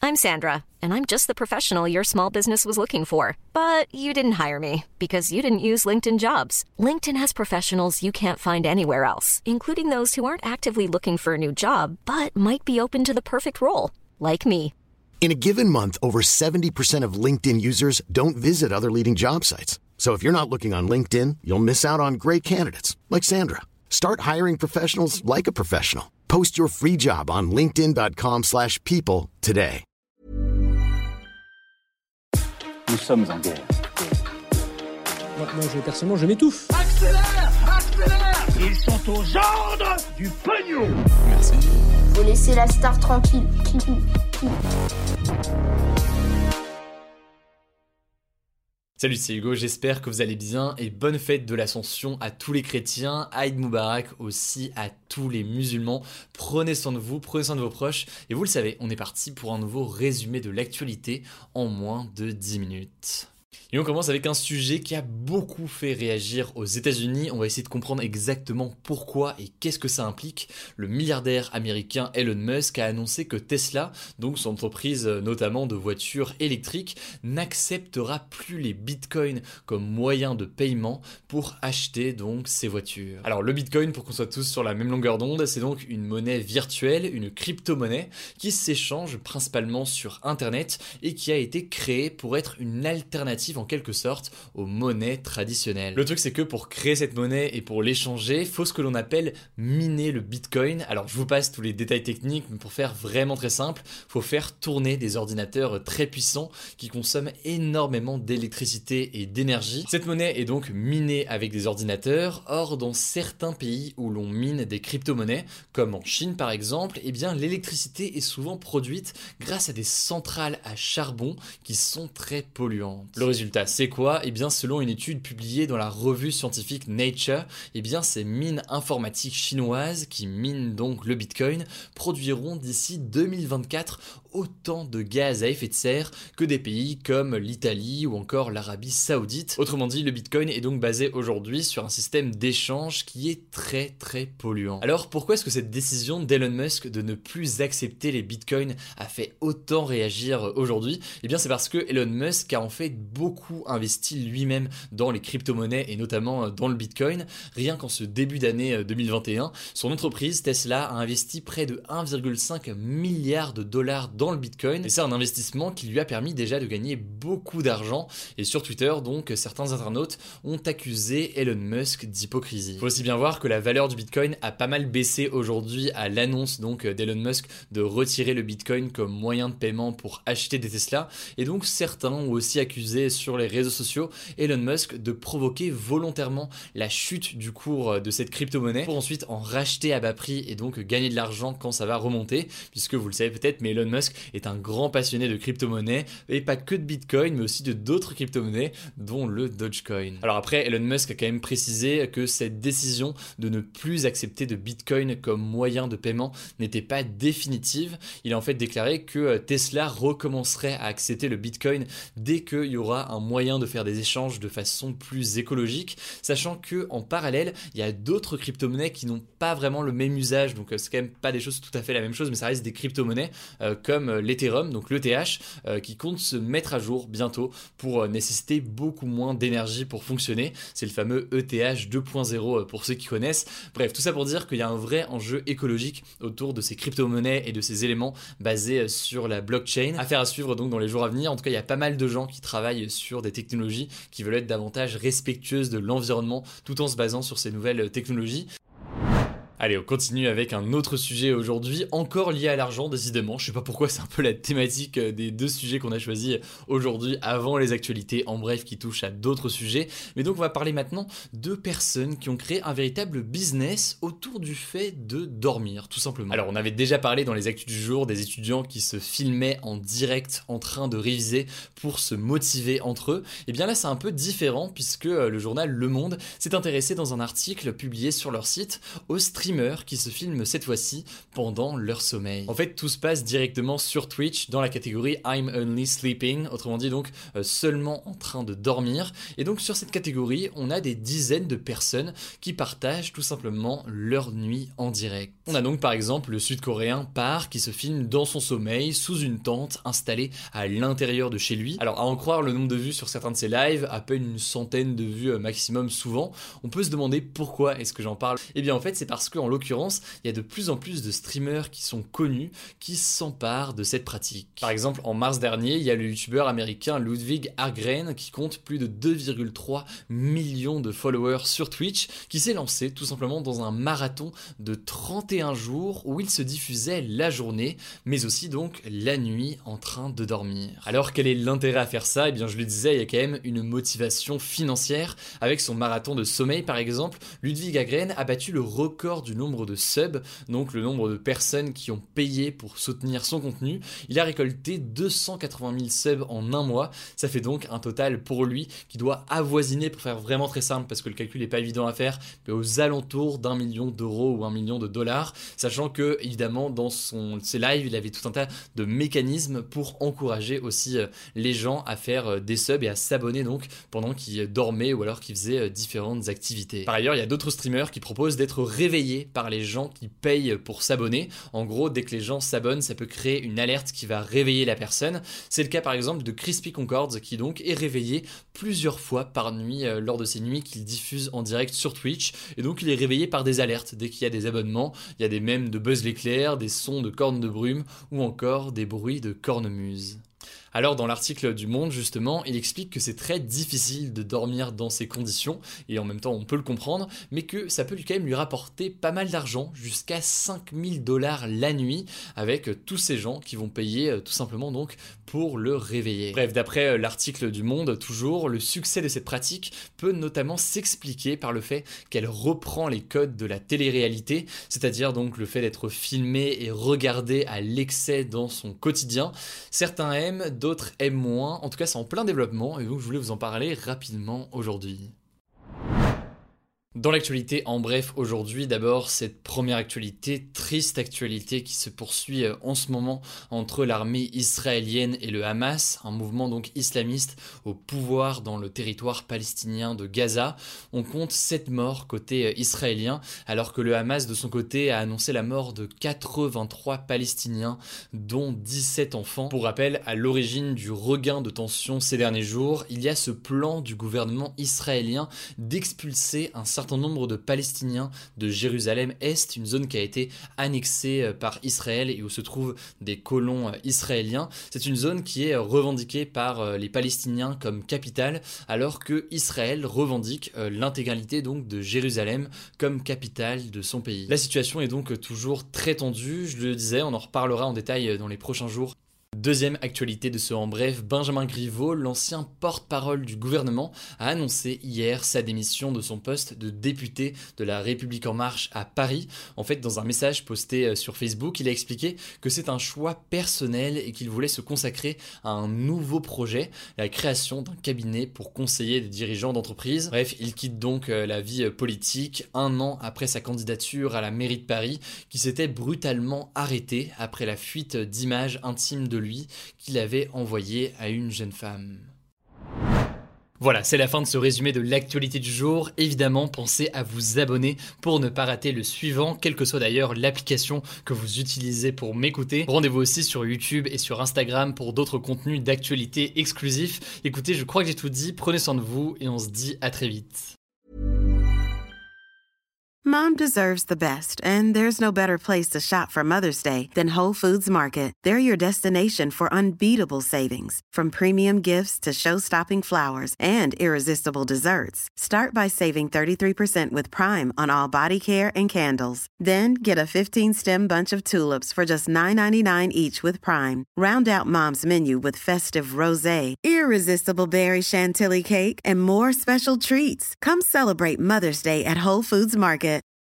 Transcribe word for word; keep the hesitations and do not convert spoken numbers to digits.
I'm Sandra, and I'm just the professional your small business was looking for. But you didn't hire me because you didn't use LinkedIn Jobs. LinkedIn has professionals you can't find anywhere else, including those who aren't actively looking for a new job, but might be open to the perfect role, like me. In a given month, over seventy percent of LinkedIn users don't visit other leading job sites. So if you're not looking on LinkedIn, you'll miss out on great candidates like Sandra. Start hiring professionals like a professional. Post your free job on linkedin.com slash people today. Nous sommes en guerre. Moi, moi je, personnellement, je m'étouffe. Accélère, accélère. Ils sont aux ordres du pognon. Merci. Faut laisser la star tranquille. Salut, c'est Hugo, j'espère que vous allez bien et bonne fête de l'Ascension à tous les chrétiens, Aïd Moubarak aussi à tous les musulmans. Prenez soin de vous, prenez soin de vos proches et vous le savez, on est parti pour un nouveau résumé de l'actualité en moins de dix minutes. Et on commence avec un sujet qui a beaucoup fait réagir aux États-Unis. On va essayer de comprendre exactement pourquoi et qu'est-ce que ça implique. Le milliardaire américain Elon Musk a annoncé que Tesla, donc son entreprise notamment de voitures électriques, n'acceptera plus les bitcoins comme moyen de paiement pour acheter donc ces voitures. Alors le bitcoin, pour qu'on soit tous sur la même longueur d'onde, c'est donc une monnaie virtuelle, une crypto-monnaie qui s'échange principalement sur Internet et qui a été créée pour être une alternative en quelque sorte aux monnaies traditionnelles. Le truc c'est que pour créer cette monnaie et pour l'échanger, il faut ce que l'on appelle miner le bitcoin. Alors je vous passe tous les détails techniques, mais pour faire vraiment très simple, il faut faire tourner des ordinateurs très puissants qui consomment énormément d'électricité et d'énergie. Cette monnaie est donc minée avec des ordinateurs. Or dans certains pays où l'on mine des crypto-monnaies, comme en Chine par exemple, eh bien l'électricité est souvent produite grâce à des centrales à charbon qui sont très polluantes. Le résultat c'est quoi? Eh bien selon une étude publiée dans la revue scientifique Nature, eh bien ces mines informatiques chinoises qui minent donc le bitcoin produiront d'ici deux mille vingt-quatre autant de gaz à effet de serre que des pays comme l'Italie ou encore l'Arabie Saoudite. Autrement dit, le bitcoin est donc basé aujourd'hui sur un système d'échange qui est très très polluant. Alors pourquoi est-ce que cette décision d'Elon Musk de ne plus accepter les bitcoins a fait autant réagir aujourd'hui? Eh bien c'est parce que Elon Musk a en fait beaucoup investi lui-même dans les crypto-monnaies et notamment dans le bitcoin. Rien qu'en ce début d'année deux mille vingt et un, son entreprise Tesla a investi près de un virgule cinq milliard de dollars dans le bitcoin et c'est un investissement qui lui a permis déjà de gagner beaucoup d'argent. Et sur Twitter donc certains internautes ont accusé Elon Musk d'hypocrisie. Il faut aussi bien voir que la valeur du bitcoin a pas mal baissé aujourd'hui à l'annonce donc d'Elon Musk de retirer le bitcoin comme moyen de paiement pour acheter des Tesla, et donc certains ont aussi accusé sur les réseaux sociaux Elon Musk de provoquer volontairement la chute du cours de cette crypto-monnaie pour ensuite en racheter à bas prix et donc gagner de l'argent quand ça va remonter, puisque vous le savez peut-être, mais Elon Musk est un grand passionné de crypto-monnaies et pas que de bitcoin mais aussi de d'autres crypto-monnaies dont le Dogecoin. Alors après, Elon Musk a quand même précisé que cette décision de ne plus accepter de bitcoin comme moyen de paiement n'était pas définitive. Il a en fait déclaré que Tesla recommencerait à accepter le bitcoin dès qu'il y aura un moyen de faire des échanges de façon plus écologique, sachant que en parallèle il y a d'autres crypto-monnaies qui n'ont pas vraiment le même usage, donc c'est quand même pas des choses tout à fait la même chose, mais ça reste des crypto-monnaies euh, comme l'Ethereum, donc l'E T H, euh, qui compte se mettre à jour bientôt pour euh, nécessiter beaucoup moins d'énergie pour fonctionner. C'est le fameux E T H deux point zéro euh, pour ceux qui connaissent. Bref, tout ça pour dire qu'il y a un vrai enjeu écologique autour de ces crypto-monnaies et de ces éléments basés sur la blockchain. Affaire à suivre donc dans les jours à venir. En tout cas, il y a pas mal de gens qui travaillent sur des technologies qui veulent être davantage respectueuses de l'environnement tout en se basant sur ces nouvelles technologies. Allez, on continue avec un autre sujet aujourd'hui, encore lié à l'argent décidément. Je sais pas pourquoi, c'est un peu la thématique des deux sujets qu'on a choisis aujourd'hui avant les actualités, en bref, qui touchent à d'autres sujets. Mais donc on va parler maintenant de personnes qui ont créé un véritable business autour du fait de dormir, tout simplement. Alors on avait déjà parlé dans les actus du jour des étudiants qui se filmaient en direct en train de réviser pour se motiver entre eux. Et bien là c'est un peu différent puisque le journal Le Monde s'est intéressé dans un article publié sur leur site au streaming streamers qui se filment cette fois-ci pendant leur sommeil. En fait, tout se passe directement sur Twitch dans la catégorie I'm only sleeping, autrement dit donc euh, seulement en train de dormir. Et donc sur cette catégorie, on a des dizaines de personnes qui partagent tout simplement leur nuit en direct. On a donc par exemple le sud-coréen Park qui se filme dans son sommeil sous une tente installée à l'intérieur de chez lui. Alors à en croire le nombre de vues sur certains de ses lives, à peine une centaine de vues maximum souvent, on peut se demander pourquoi est-ce que j'en parle. Et bien en fait c'est parce qu'en l'occurrence, il y a de plus en plus de streamers qui sont connus, qui s'emparent de cette pratique. Par exemple en mars dernier, il y a le youtubeur américain Ludwig Argren qui compte plus de deux virgule trois millions de followers sur Twitch, qui s'est lancé tout simplement dans un marathon de trente et un jours où il se diffusait la journée, mais aussi donc la nuit en train de dormir. Alors quel est l'intérêt à faire ça? Eh bien je le disais, il y a quand même une motivation financière. Avec son marathon de sommeil par exemple, Ludwig Argren a battu le record du nombre de subs, donc le nombre de personnes qui ont payé pour soutenir son contenu. Il a récolté deux cent quatre-vingt mille subs en un mois, ça fait donc un total pour lui qui doit avoisiner, pour faire vraiment très simple parce que le calcul n'est pas évident à faire, mais aux alentours d'un million d'euros ou un million de dollars, sachant que évidemment dans son, ses lives il avait tout un tas de mécanismes pour encourager aussi euh, les gens à faire euh, des subs et à s'abonner donc pendant qu'ils dormaient ou alors qu'ils faisaient euh, différentes activités. Par ailleurs il y a d'autres streamers qui proposent d'être réveillés par les gens qui payent pour s'abonner. En gros dès que les gens s'abonnent ça peut créer une alerte qui va réveiller la personne. C'est le cas par exemple de Crispy Concords qui donc est réveillé plusieurs fois par nuit euh, lors de ces nuits qu'il diffuse en direct sur Twitch, et donc il est réveillé par des alertes dès qu'il y a des abonnements. Il y a des mèmes de Buzz l'éclair, des sons de cornes de brume ou encore des bruits de cornemuse. Alors dans l'article du Monde justement, il explique que c'est très difficile de dormir dans ces conditions, et en même temps on peut le comprendre, mais que ça peut quand même lui rapporter pas mal d'argent, jusqu'à cinq mille dollars la nuit, avec tous ces gens qui vont payer tout simplement donc pour le réveiller. Bref, d'après l'article du Monde, toujours, le succès de cette pratique peut notamment s'expliquer par le fait qu'elle reprend les codes de la télé-réalité, c'est-à-dire donc le fait d'être filmé et regardé à l'excès dans son quotidien. Certains aiment, d'autres aiment moins, en tout cas c'est en plein développement et donc je voulais vous en parler rapidement aujourd'hui. Dans l'actualité, en bref, aujourd'hui, d'abord, cette première actualité, triste actualité qui se poursuit en ce moment entre l'armée israélienne et le Hamas, un mouvement donc islamiste au pouvoir dans le territoire palestinien de Gaza. On compte sept morts côté israélien, alors que le Hamas, de son côté, a annoncé la mort de quatre-vingt-trois Palestiniens, dont dix-sept enfants. Pour rappel, à l'origine du regain de tension ces derniers jours, il y a ce plan du gouvernement israélien d'expulser un certain nombre de Palestiniens de Jérusalem-Est, une zone qui a été annexée par Israël et où se trouvent des colons israéliens. C'est une zone qui est revendiquée par les Palestiniens comme capitale, alors que Israël revendique l'intégralité donc de Jérusalem comme capitale de son pays. La situation est donc toujours très tendue, je le disais, on en reparlera en détail dans les prochains jours. Deuxième actualité de ce En Bref, Benjamin Griveaux, l'ancien porte-parole du gouvernement, a annoncé hier sa démission de son poste de député de La République En Marche à Paris. En fait, dans un message posté sur Facebook, il a expliqué que c'est un choix personnel et qu'il voulait se consacrer à un nouveau projet, la création d'un cabinet pour conseiller des dirigeants d'entreprise. Bref, il quitte donc la vie politique un an après sa candidature à la mairie de Paris, qui s'était brutalement arrêtée après la fuite d'images intimes de lui qu'il avait envoyé à une jeune femme. Voilà, c'est la fin de ce résumé de l'actualité du jour. Évidemment, pensez à vous abonner pour ne pas rater le suivant, quelle que soit d'ailleurs l'application que vous utilisez pour m'écouter. Rendez-vous aussi sur YouTube et sur Instagram pour d'autres contenus d'actualité exclusifs. Écoutez, je crois que j'ai tout dit, prenez soin de vous et on se dit à très vite. Mom deserves the best, and there's no better place to shop for Mother's Day than Whole Foods Market. They're your destination for unbeatable savings, from premium gifts to show-stopping flowers and irresistible desserts. Start by saving thirty-three percent with Prime on all body care and candles. Then get a fifteen-stem bunch of tulips for just nine ninety-nine each with Prime. Round out Mom's menu with festive rosé, irresistible berry chantilly cake, and more special treats. Come celebrate Mother's Day at Whole Foods Market.